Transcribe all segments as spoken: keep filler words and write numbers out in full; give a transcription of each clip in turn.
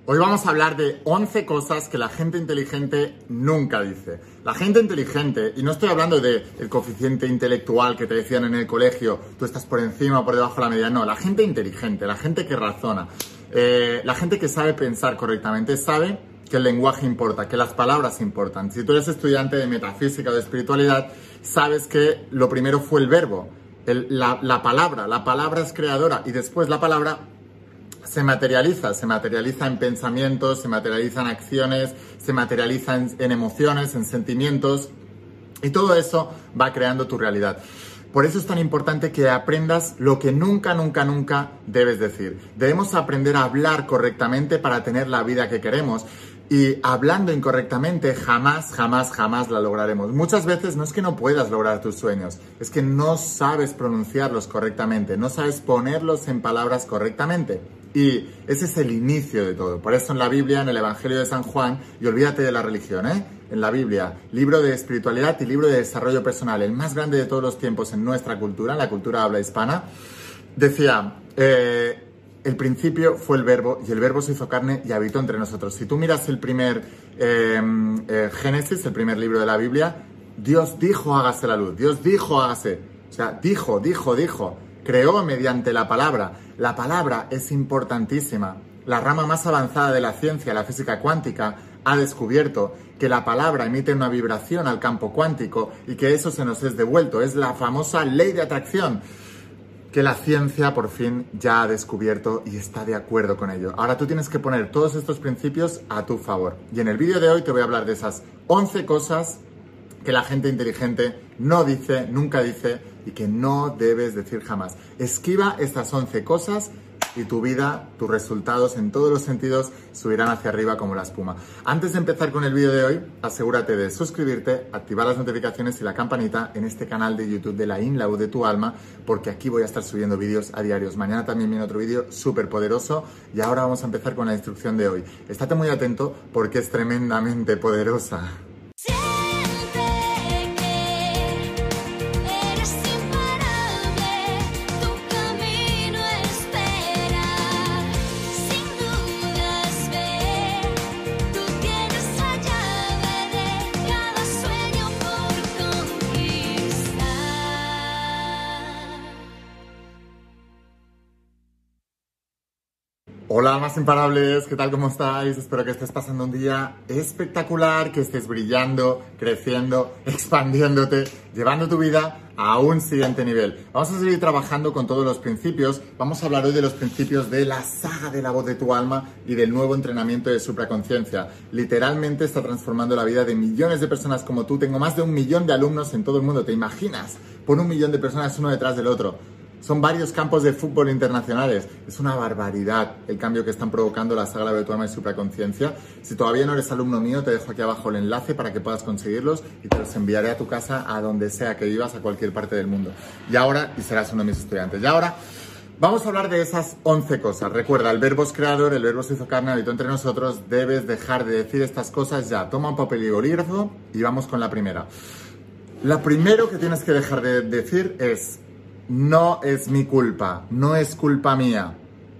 Hoy vamos a hablar de once cosas que la gente inteligente nunca dice. La gente inteligente, y no estoy hablando del coeficiente intelectual que te decían en el colegio, tú estás por encima o por debajo de la media, no, la gente inteligente, la gente que razona, eh, la gente que sabe pensar correctamente, sabe que el lenguaje importa, que las palabras importan. Si tú eres estudiante de metafísica o de espiritualidad, sabes que lo primero fue el verbo, el, la, la palabra, la palabra es creadora y después la palabra se materializa, se materializa en pensamientos, se materializa en acciones, se materializa en, en emociones, en sentimientos, y todo eso va creando tu realidad. Por eso es tan importante que aprendas lo que nunca, nunca, nunca debes decir. Debemos aprender a hablar correctamente para tener la vida que queremos. Y hablando incorrectamente, jamás, jamás, jamás la lograremos. Muchas veces no es que no puedas lograr tus sueños, es que no sabes pronunciarlos correctamente, no sabes ponerlos en palabras correctamente. Y ese es el inicio de todo. Por eso en la Biblia, en el Evangelio de San Juan, y olvídate de la religión, ¿eh? En la Biblia, libro de espiritualidad y libro de desarrollo personal, el más grande de todos los tiempos en nuestra cultura, en la cultura habla hispana, decía, eh, el principio fue el verbo y el verbo se hizo carne y habitó entre nosotros. Si tú miras el primer eh, eh, Génesis, el primer libro de la Biblia, Dios dijo hágase la luz, Dios dijo hágase, o sea, dijo, dijo, dijo, creó mediante la palabra. La palabra es importantísima. La rama más avanzada de la ciencia, la física cuántica, ha descubierto que la palabra emite una vibración al campo cuántico y que eso se nos es devuelto. Es la famosa ley de atracción que la ciencia por fin ya ha descubierto y está de acuerdo con ello. Ahora tú tienes que poner todos estos principios a tu favor. Y en el vídeo de hoy te voy a hablar de esas once cosas que la gente inteligente no dice, nunca dice y que no debes decir jamás. Esquiva estas once cosas y tu vida, tus resultados en todos los sentidos subirán hacia arriba como la espuma. Antes de empezar con el vídeo de hoy, asegúrate de suscribirte, activar las notificaciones y la campanita en este canal de YouTube de La In, la voz de tu alma, porque aquí voy a estar subiendo vídeos a diarios. Mañana también viene otro vídeo súper poderoso y ahora vamos a empezar con la instrucción de hoy. Estate muy atento porque es tremendamente poderosa. Hola, almas imparables, ¿qué tal? ¿Cómo estáis? Espero que estés pasando un día espectacular, que estés brillando, creciendo, expandiéndote, llevando tu vida a un siguiente nivel. Vamos a seguir trabajando con todos los principios. Vamos a hablar hoy de los principios de la saga de la voz de tu alma y del nuevo entrenamiento de supraconciencia. Literalmente está transformando la vida de millones de personas como tú. Tengo más de un millón de alumnos en todo el mundo, ¿te imaginas? Pon un millón de personas uno detrás del otro. Son varios campos de fútbol internacionales. Es una barbaridad el cambio que están provocando la saga de tu alma y supraconciencia. Si todavía no eres alumno mío, te dejo aquí abajo el enlace para que puedas conseguirlos y te los enviaré a tu casa, a donde sea que vivas, a cualquier parte del mundo. Y ahora, y serás uno de mis estudiantes. Y ahora vamos a hablar de esas once cosas. Recuerda, el verbo es creador, el verbo se hizo carne, habitó entre nosotros. Debes dejar de decir estas cosas ya. Toma un papel y bolígrafo y vamos con la primera. La primero que tienes que dejar de decir es: no es mi culpa, no es culpa mía.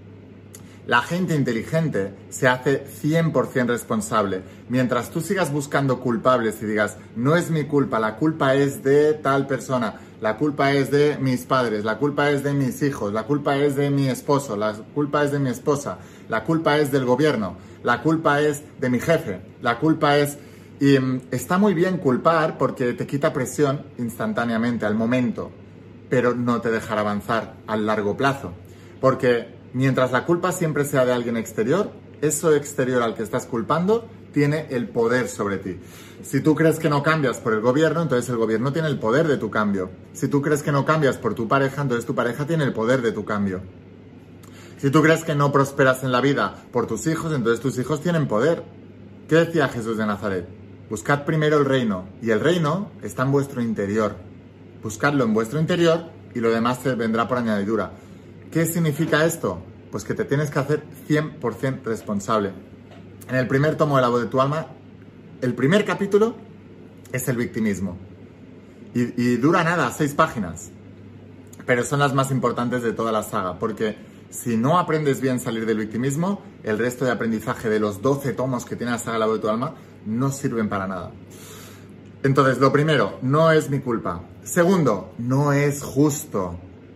La gente inteligente se hace cien por ciento responsable. Mientras tú sigas buscando culpables y digas, no es mi culpa, la culpa es de tal persona, la culpa es de mis padres, la culpa es de mis hijos, la culpa es de mi esposo, la culpa es de mi esposa, la culpa es del gobierno, la culpa es de mi jefe, la culpa es... Y um, está muy bien culpar porque te quita presión instantáneamente, al momento, pero no te dejará avanzar a largo plazo. Porque mientras la culpa siempre sea de alguien exterior, eso exterior al que estás culpando tiene el poder sobre ti. Si tú crees que no cambias por el gobierno, entonces el gobierno tiene el poder de tu cambio. Si tú crees que no cambias por tu pareja, entonces tu pareja tiene el poder de tu cambio. Si tú crees que no prosperas en la vida por tus hijos, entonces tus hijos tienen poder. ¿Qué decía Jesús de Nazaret? Buscad primero el reino, y el reino está en vuestro interior. Buscadlo en vuestro interior y lo demás te vendrá por añadidura. ¿Qué significa esto? Pues que te tienes que hacer cien por ciento responsable. En el primer tomo de La voz de tu alma, el primer capítulo es el victimismo. Y, y dura nada, seis páginas. Pero son las más importantes de toda la saga, porque Si no aprendes bien salir del victimismo, el resto de aprendizaje de los doce tomos que tiene la saga La Voz de tu Alma no sirven para nada. Entonces, lo primero, no es mi culpa. Segundo, no es justo.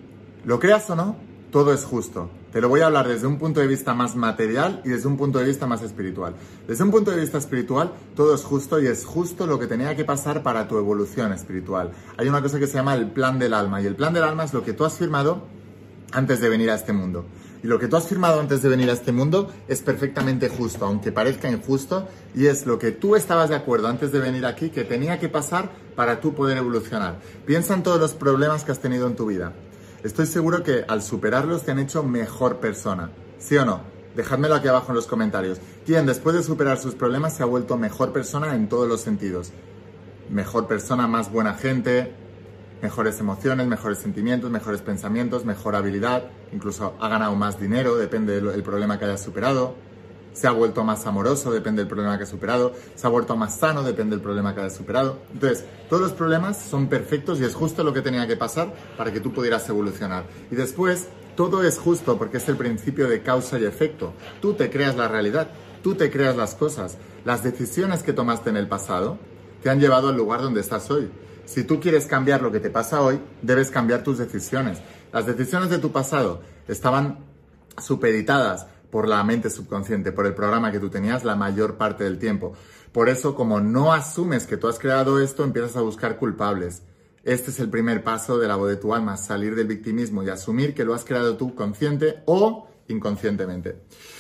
Lo creas o no, todo es justo. Te lo voy a hablar desde un punto de vista más material y desde un punto de vista más espiritual. Desde un punto de vista espiritual, todo es justo y es justo lo que tenía que pasar para tu evolución espiritual. Hay una cosa que se llama el plan del alma, y el plan del alma es lo que tú has firmado antes de venir a este mundo. Y lo que tú has firmado antes de venir a este mundo es perfectamente justo, aunque parezca injusto, y es lo que tú estabas de acuerdo antes de venir aquí que tenía que pasar para tú poder evolucionar. Piensa en todos los problemas que has tenido en tu vida. Estoy seguro que al superarlos te han hecho mejor persona. ¿Sí o no? Dejádmelo aquí abajo en los comentarios. ¿Quién después de superar sus problemas se ha vuelto mejor persona en todos los sentidos? Mejor persona, más buena gente, mejores emociones, mejores sentimientos, mejores pensamientos, mejor habilidad, incluso ha ganado más dinero, depende del problema que hayas superado. Se ha vuelto más amoroso, depende del problema que has superado. Se ha vuelto más sano, depende del problema que hayas superado. Entonces, todos los problemas son perfectos y es justo lo que tenía que pasar para que tú pudieras evolucionar. Y después, todo es justo porque es el principio de causa y efecto. Tú te creas la realidad, tú te creas las cosas. Las decisiones que tomaste en el pasado te han llevado al lugar donde estás hoy. Si tú quieres cambiar lo que te pasa hoy, debes cambiar tus decisiones. Las decisiones de tu pasado estaban supeditadas por la mente subconsciente, por el programa que tú tenías la mayor parte del tiempo. Por eso, como no asumes que tú has creado esto, empiezas a buscar culpables. Este es el primer paso de La Voz de tu Alma, salir del victimismo y asumir que lo has creado tú consciente o inconscientemente.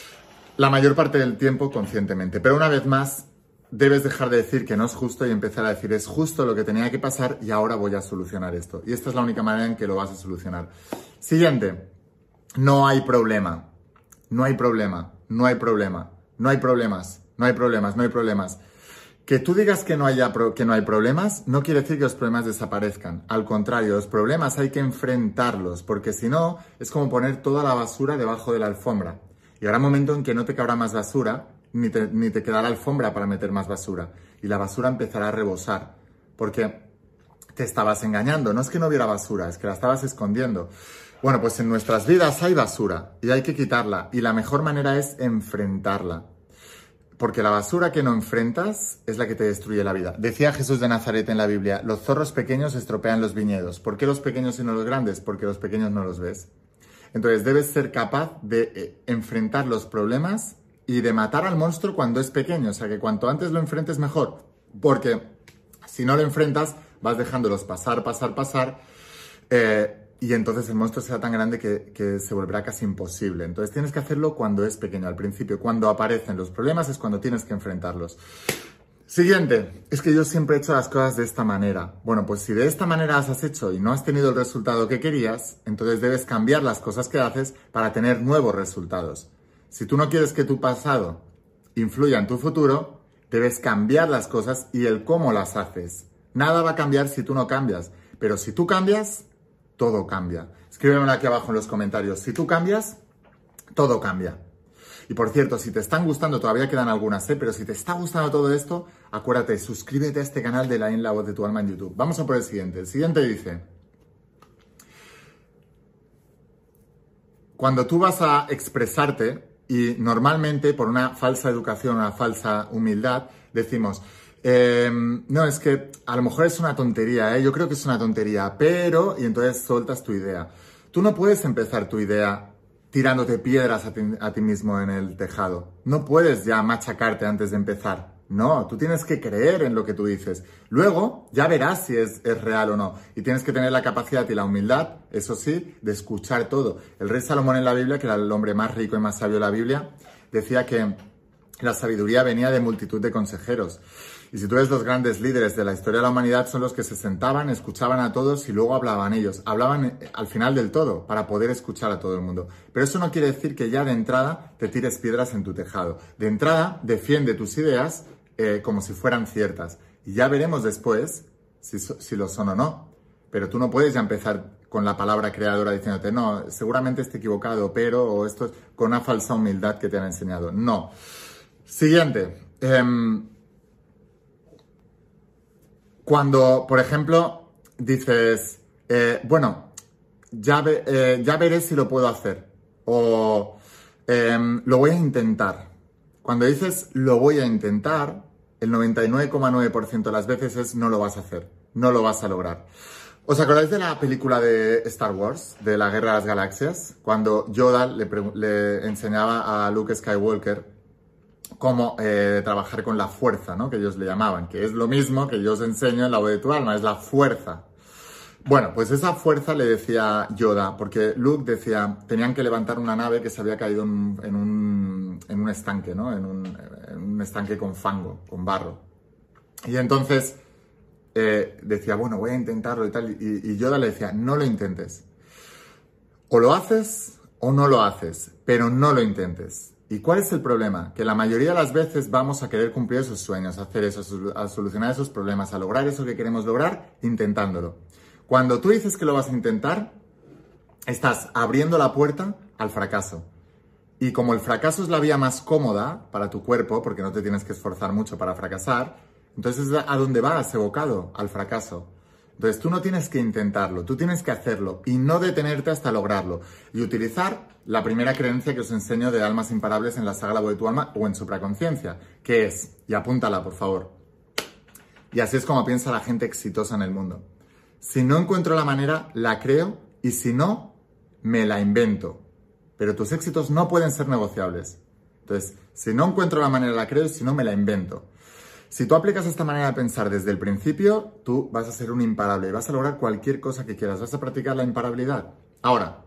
La mayor parte del tiempo conscientemente. Pero una vez más, debes dejar de decir que no es justo y empezar a decir es justo lo que tenía que pasar y ahora voy a solucionar esto. Y esta es la única manera en que lo vas a solucionar. Siguiente, no hay problema. No hay problema, no hay problema, no hay problemas, no hay problemas, no hay problemas. Que tú digas que no, haya pro, que no hay problemas no quiere decir que los problemas desaparezcan. Al contrario, los problemas hay que enfrentarlos, porque si no, es como poner toda la basura debajo de la alfombra. Y habrá un momento en que no te cabrá más basura, ni te, ni te quedará alfombra para meter más basura. Y la basura empezará a rebosar, porque te estabas engañando. No es que no hubiera basura, es que la estabas escondiendo. Bueno, pues en nuestras vidas hay basura y hay que quitarla y la mejor manera es enfrentarla. Porque la basura que no enfrentas es la que te destruye la vida. Decía Jesús de Nazaret en la Biblia, los zorros pequeños estropean los viñedos. ¿Por qué los pequeños y no los grandes? Porque los pequeños no los ves. Entonces debes ser capaz de eh, enfrentar los problemas y de matar al monstruo cuando es pequeño. O sea que cuanto antes lo enfrentes mejor. Porque si no lo enfrentas vas dejándolos pasar, pasar, pasar. Eh, Y entonces el monstruo será tan grande que, que se volverá casi imposible. Entonces tienes que hacerlo cuando es pequeño, al principio. Cuando aparecen los problemas es cuando tienes que enfrentarlos. Siguiente, es que yo siempre he hecho las cosas de esta manera. Bueno, pues si de esta manera las has hecho y no has tenido el resultado que querías, entonces debes cambiar las cosas que haces para tener nuevos resultados. Si tú no quieres que tu pasado influya en tu futuro, debes cambiar las cosas y el cómo las haces. Nada va a cambiar si tú no cambias, pero si tú cambias, todo cambia. Escríbemelo aquí abajo en los comentarios. Si tú cambias, todo cambia. Y por cierto, si te están gustando, todavía quedan algunas, ¿eh? Pero si te está gustando todo esto, acuérdate, suscríbete a este canal de Elaine La Voz de tu Alma en YouTube. Vamos a por el siguiente. El siguiente dice, cuando tú vas a expresarte, y normalmente por una falsa educación, una falsa humildad, decimos, Eh, no, es que a lo mejor es una tontería, ¿eh? Yo creo que es una tontería, pero... Y entonces sueltas tu idea. Tú no puedes empezar tu idea tirándote piedras a ti, a ti mismo en el tejado. No puedes ya machacarte antes de empezar. No, tú tienes que creer en lo que tú dices. Luego ya verás si es, es real o no. Y tienes que tener la capacidad y la humildad, eso sí, de escuchar todo. El rey Salomón en la Biblia, que era el hombre más rico y más sabio de la Biblia, decía que la sabiduría venía de multitud de consejeros. Y si tú ves los grandes líderes de la historia de la humanidad, son los que se sentaban, escuchaban a todos y luego hablaban ellos. Hablaban al final del todo, para poder escuchar a todo el mundo. Pero eso no quiere decir que ya de entrada te tires piedras en tu tejado. De entrada, defiende tus ideas eh, como si fueran ciertas. Y ya veremos después si, si lo son o no. Pero tú no puedes ya empezar con la palabra creadora diciéndote, no, seguramente esté equivocado, pero, o esto, con una falsa humildad que te han enseñado. No. Siguiente. Eh, Cuando, por ejemplo, dices, eh, bueno, ya, ve, eh, ya veré si lo puedo hacer. O eh, lo voy a intentar. Cuando dices lo voy a intentar, el noventa y nueve coma nueve por ciento de las veces es no lo vas a hacer, no lo vas a lograr. ¿Os acordáis de la película de Star Wars, de la Guerra de las Galaxias? Cuando Yoda le, le enseñaba a Luke Skywalker cómo eh, trabajar con la fuerza, ¿no? Que ellos le llamaban, que es lo mismo que yo os enseño en la voz de tu alma, es la fuerza. Bueno, pues esa fuerza le decía Yoda, porque Luke decía, tenían que levantar una nave que se había caído en, en, un, en un estanque, ¿no? En un, en un estanque con fango, con barro. Y entonces eh, decía, bueno, voy a intentarlo y tal, y, y Yoda le decía, no lo intentes. O lo haces o no lo haces, pero no lo intentes. ¿Y cuál es el problema? Que la mayoría de las veces vamos a querer cumplir esos sueños, a hacer eso, a solucionar esos problemas, a lograr eso que queremos lograr, intentándolo. Cuando tú dices que lo vas a intentar, estás abriendo la puerta al fracaso. Y como el fracaso es la vía más cómoda para tu cuerpo, porque no te tienes que esforzar mucho para fracasar, entonces es a dónde va ese bocado, al fracaso. Entonces tú no tienes que intentarlo, tú tienes que hacerlo y no detenerte hasta lograrlo. Y utilizar la primera creencia que os enseño de Almas Imparables en la saga La Voz de tu Alma o en Supraconciencia, que es, y apúntala por favor, y así es como piensa la gente exitosa en el mundo. Si no encuentro la manera, la creo y si no, me la invento. Pero tus éxitos no pueden ser negociables. Entonces, si no encuentro la manera, la creo y si no, me la invento. Si tú aplicas esta manera de pensar desde el principio, tú vas a ser un imparable y vas a lograr cualquier cosa que quieras. Vas a practicar la imparabilidad. Ahora,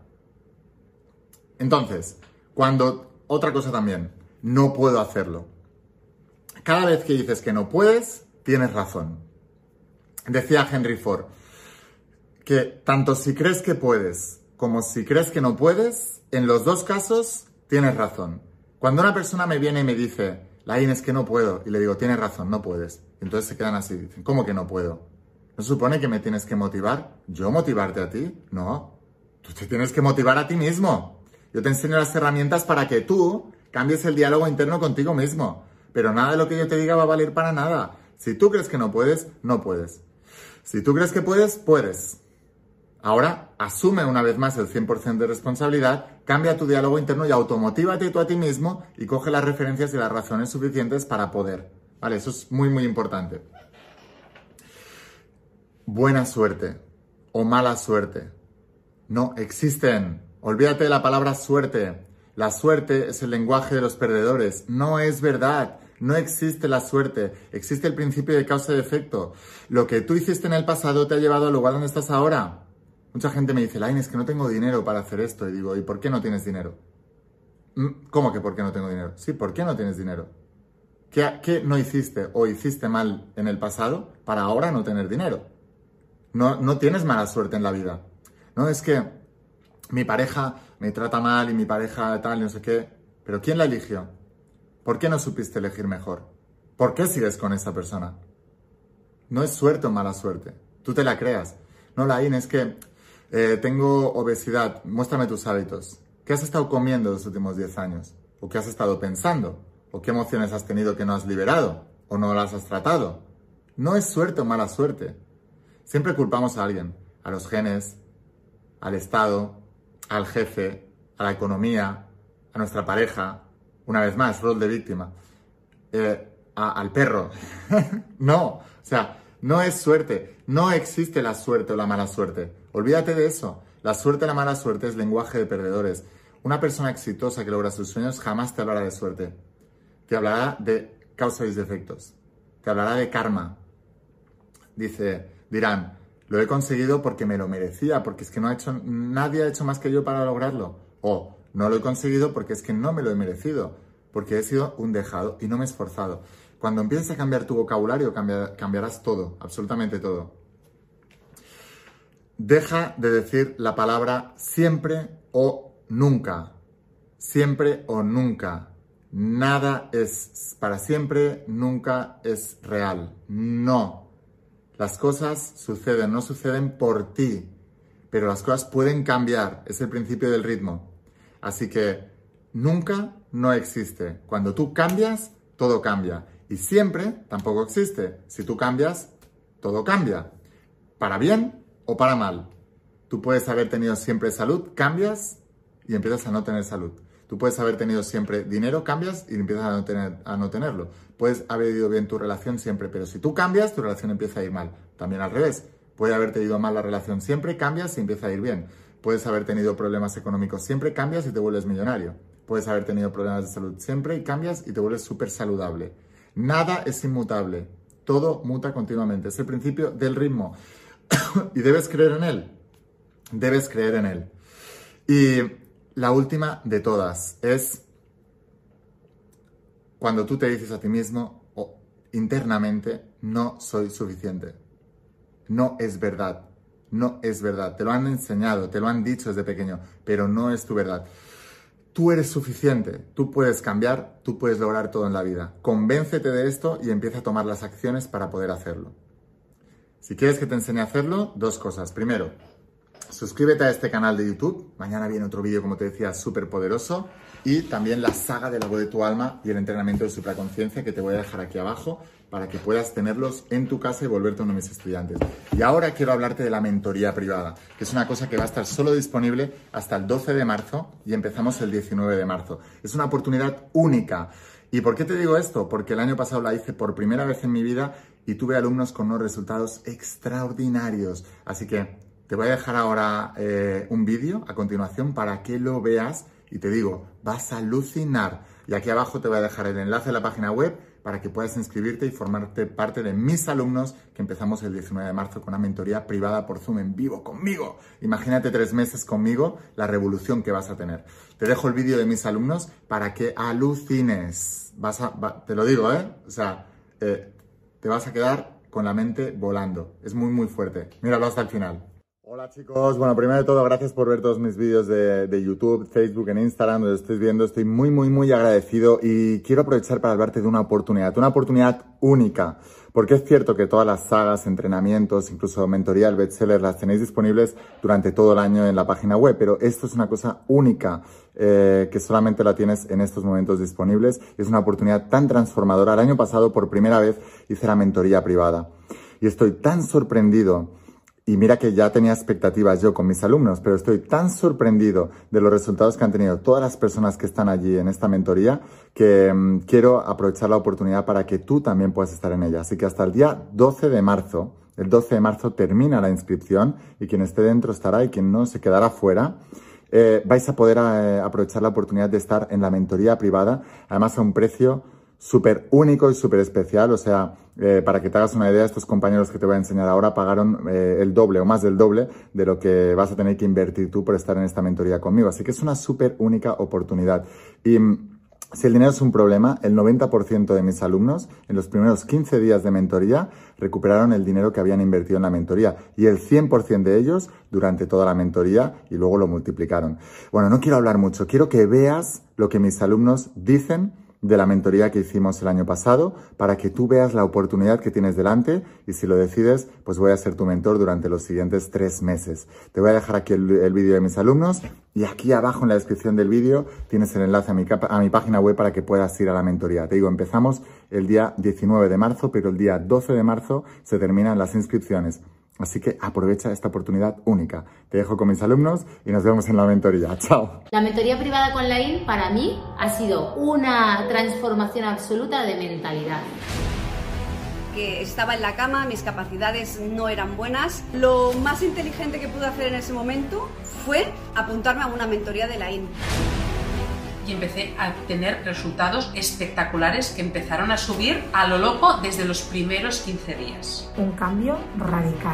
entonces, cuando, otra cosa también, no puedo hacerlo. Cada vez que dices que no puedes, tienes razón. Decía Henry Ford, que tanto si crees que puedes como si crees que no puedes, en los dos casos tienes razón. Cuando una persona me viene y me dice, Laín, es que no puedo, y le digo, tienes razón, no puedes. Y entonces se quedan así, dicen, ¿cómo que no puedo? ¿No se supone que me tienes que motivar? ¿Yo motivarte a ti? No, tú te tienes que motivar a ti mismo. Yo te enseño las herramientas para que tú cambies el diálogo interno contigo mismo. Pero nada de lo que yo te diga va a valer para nada. Si tú crees que no puedes, no puedes. Si tú crees que puedes, puedes. Ahora, asume una vez más el cien por ciento de responsabilidad, cambia tu diálogo interno y automotívate tú a ti mismo y coge las referencias y las razones suficientes para poder. Vale, eso es muy, muy importante. Buena suerte o mala suerte no existen. Olvídate de la palabra suerte. La suerte es el lenguaje de los perdedores. No es verdad. No existe la suerte. Existe el principio de causa y efecto. Lo que tú hiciste en el pasado te ha llevado al lugar donde estás ahora. Mucha gente me dice, Lain, es que no tengo dinero para hacer esto. Y digo, ¿y por qué no tienes dinero? ¿Cómo que por qué no tengo dinero? Sí, ¿por qué no tienes dinero? ¿Qué, qué no hiciste o hiciste mal en el pasado para ahora no tener dinero? No, no tienes mala suerte en la vida. No, es que mi pareja me trata mal y mi pareja tal y no sé qué. ¿Pero quién la eligió? ¿Por qué no supiste elegir mejor? ¿Por qué sigues con esa persona? No es suerte o mala suerte. Tú te la creas. No, Lain, es que eh, tengo obesidad. Muéstrame tus hábitos. ¿Qué has estado comiendo los últimos diez años? ¿O qué has estado pensando? ¿O qué emociones has tenido que no has liberado? ¿O no las has tratado? No es suerte o mala suerte. Siempre culpamos a alguien. A los genes, al Estado, al jefe, a la economía, a nuestra pareja. Una vez más, rol de víctima. Eh, a, al perro. No, o sea, no es suerte. No existe la suerte o la mala suerte. Olvídate de eso. La suerte o la mala suerte es lenguaje de perdedores. Una persona exitosa que logra sus sueños jamás te hablará de suerte. Te hablará de causas y efectos. Te hablará de karma. Dice, dirán, lo he conseguido porque me lo merecía, porque es que no ha hecho, nadie ha hecho más que yo para lograrlo. O no lo he conseguido porque es que no me lo he merecido, porque he sido un dejado y no me he esforzado. Cuando empieces a cambiar tu vocabulario, cambia, cambiarás todo, absolutamente todo. Deja de decir la palabra siempre o nunca. Siempre o nunca. Nada es para siempre, nunca es real. No. Las cosas suceden, no suceden por ti, pero las cosas pueden cambiar. Es el principio del ritmo. Así que nunca no existe. Cuando tú cambias, todo cambia. Y siempre tampoco existe. Si tú cambias, todo cambia. Para bien o para mal. Tú puedes haber tenido siempre salud, cambias y empiezas a no tener salud. Tú puedes haber tenido siempre dinero, cambias y empiezas a no, tener, a no tenerlo. Puedes haber ido bien tu relación siempre, pero si tú cambias, tu relación empieza a ir mal. También al revés. Puede haberte ido mal la relación siempre, cambias y empieza a ir bien. Puedes haber tenido problemas económicos siempre, cambias y te vuelves millonario. Puedes haber tenido problemas de salud siempre y cambias y te vuelves súper saludable. Nada es inmutable. Todo muta continuamente. Es el principio del ritmo. Y debes creer en él. Debes creer en él. Y la última de todas es cuando tú te dices a ti mismo o internamente, no soy suficiente. No es verdad. No es verdad. Te lo han enseñado, te lo han dicho desde pequeño, pero no es tu verdad. Tú eres suficiente. Tú puedes cambiar, tú puedes lograr todo en la vida. Convéncete de esto y empieza a tomar las acciones para poder hacerlo. Si quieres que te enseñe a hacerlo, dos cosas. Primero, suscríbete a este canal de YouTube. Mañana viene otro vídeo, como te decía, súper poderoso. Y también la saga de la voz de tu alma y el entrenamiento de supraconciencia que te voy a dejar aquí abajo para que puedas tenerlos en tu casa y volverte uno de mis estudiantes. Y ahora quiero hablarte de la mentoría privada, que es una cosa que va a estar solo disponible hasta el doce de marzo y empezamos el diecinueve de marzo. Es una oportunidad única. ¿Y por qué te digo esto? Porque el año pasado la hice por primera vez en mi vida y tuve alumnos con unos resultados extraordinarios. Así que te voy a dejar ahora eh, un vídeo a continuación para que lo veas y te digo, vas a alucinar. Y aquí abajo te voy a dejar el enlace a la página web para que puedas inscribirte y formarte parte de mis alumnos que empezamos el diecinueve de marzo con una mentoría privada por Zoom en vivo conmigo. Imagínate tres meses conmigo, la revolución que vas a tener. Te dejo el vídeo de mis alumnos para que alucines. Vas a, va, te lo digo, ¿eh? O sea, eh, te vas a quedar con la mente volando. Es muy, muy fuerte. Míralo hasta el final. Hola chicos, bueno, primero de todo, gracias por ver todos mis vídeos de, de YouTube, Facebook, en Instagram, donde estés viendo. Estoy muy, muy, muy agradecido y quiero aprovechar para hablarte de una oportunidad, una oportunidad única. Porque es cierto que todas las sagas, entrenamientos, incluso mentoría, el bestseller, las tenéis disponibles durante todo el año en la página web, pero esto es una cosa única eh, que solamente la tienes en estos momentos disponibles. Es una oportunidad tan transformadora. El año pasado, por primera vez, hice la mentoría privada y estoy tan sorprendido. Y mira que ya tenía expectativas yo con mis alumnos, pero estoy tan sorprendido de los resultados que han tenido todas las personas que están allí en esta mentoría que um, quiero aprovechar la oportunidad para que tú también puedas estar en ella. Así que hasta el día doce de marzo, el doce de marzo termina la inscripción y quien esté dentro estará y quien no se quedará fuera. Eh, vais a poder eh, aprovechar la oportunidad de estar en la mentoría privada, además a un precio súper único y súper especial. O sea, eh, para que te hagas una idea, estos compañeros que te voy a enseñar ahora pagaron eh, el doble o más del doble de lo que vas a tener que invertir tú por estar en esta mentoría conmigo. Así que es una súper única oportunidad. Y si el dinero es un problema, el noventa por ciento de mis alumnos en los primeros quince días de mentoría recuperaron el dinero que habían invertido en la mentoría y el cien por ciento de ellos durante toda la mentoría y luego lo multiplicaron. Bueno, no quiero hablar mucho, quiero que veas lo que mis alumnos dicen de la mentoría que hicimos el año pasado para que tú veas la oportunidad que tienes delante y si lo decides, pues voy a ser tu mentor durante los siguientes tres meses. Te voy a dejar aquí el, el vídeo de mis alumnos y aquí abajo en la descripción del vídeo tienes el enlace a mi, a mi página web para que puedas ir a la mentoría. Te digo, empezamos el día diecinueve de marzo, pero el día doce de marzo se terminan las inscripciones. Así que aprovecha esta oportunidad única. Te dejo con mis alumnos y nos vemos en la mentoría. ¡Chao! La mentoría privada con Laín para mí ha sido una transformación absoluta de mentalidad. Que estaba en la cama, mis capacidades no eran buenas. Lo más inteligente que pude hacer en ese momento fue apuntarme a una mentoría de Laín. Y empecé a tener resultados espectaculares que empezaron a subir a lo loco desde los primeros quince días. Un cambio radical.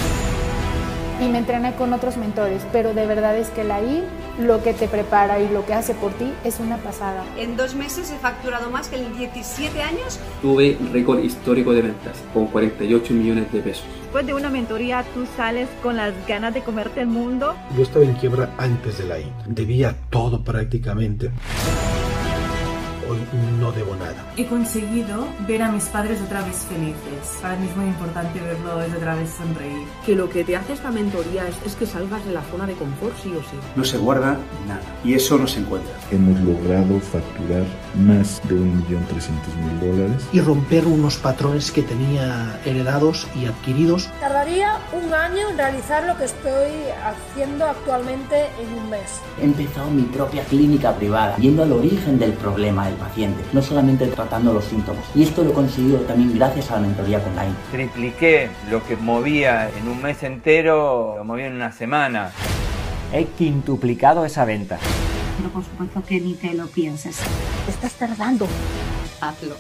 Y me entrené con otros mentores, pero de verdad es que Laín lo que te prepara y lo que hace por ti es una pasada. En dos meses he facturado más que en diecisiete años. Tuve récord histórico de ventas, con cuarenta y ocho millones de pesos. Después de una mentoría tú sales con las ganas de comerte el mundo. Yo estaba en quiebra antes de Laín, debía todo prácticamente. hoy no debo nada. He conseguido ver a mis padres otra vez felices. Para mí es muy importante verlos otra vez sonreír. Que lo que te hace esta mentoría es, es que salgas de la zona de confort sí o sí. No se guarda nada y eso no se encuentra. Hemos logrado facturar más de un millón trescientos mil dólares. Y romper unos patrones que tenía heredados y adquiridos. Tardaría un año en realizar lo que estoy haciendo actualmente en un mes. He empezado mi propia clínica privada, yendo al origen del problema del paciente, no solamente tratando los síntomas. Y esto lo he conseguido también gracias a la mentoría con Line. Tripliqué lo que movía en un mes entero, lo movía en una semana. He quintuplicado esa venta. Pero por supuesto que ni te lo pienses. Estás tardando. Hazlo.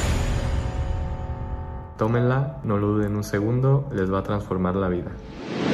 Tómenla, no lo duden un segundo, les va a transformar la vida.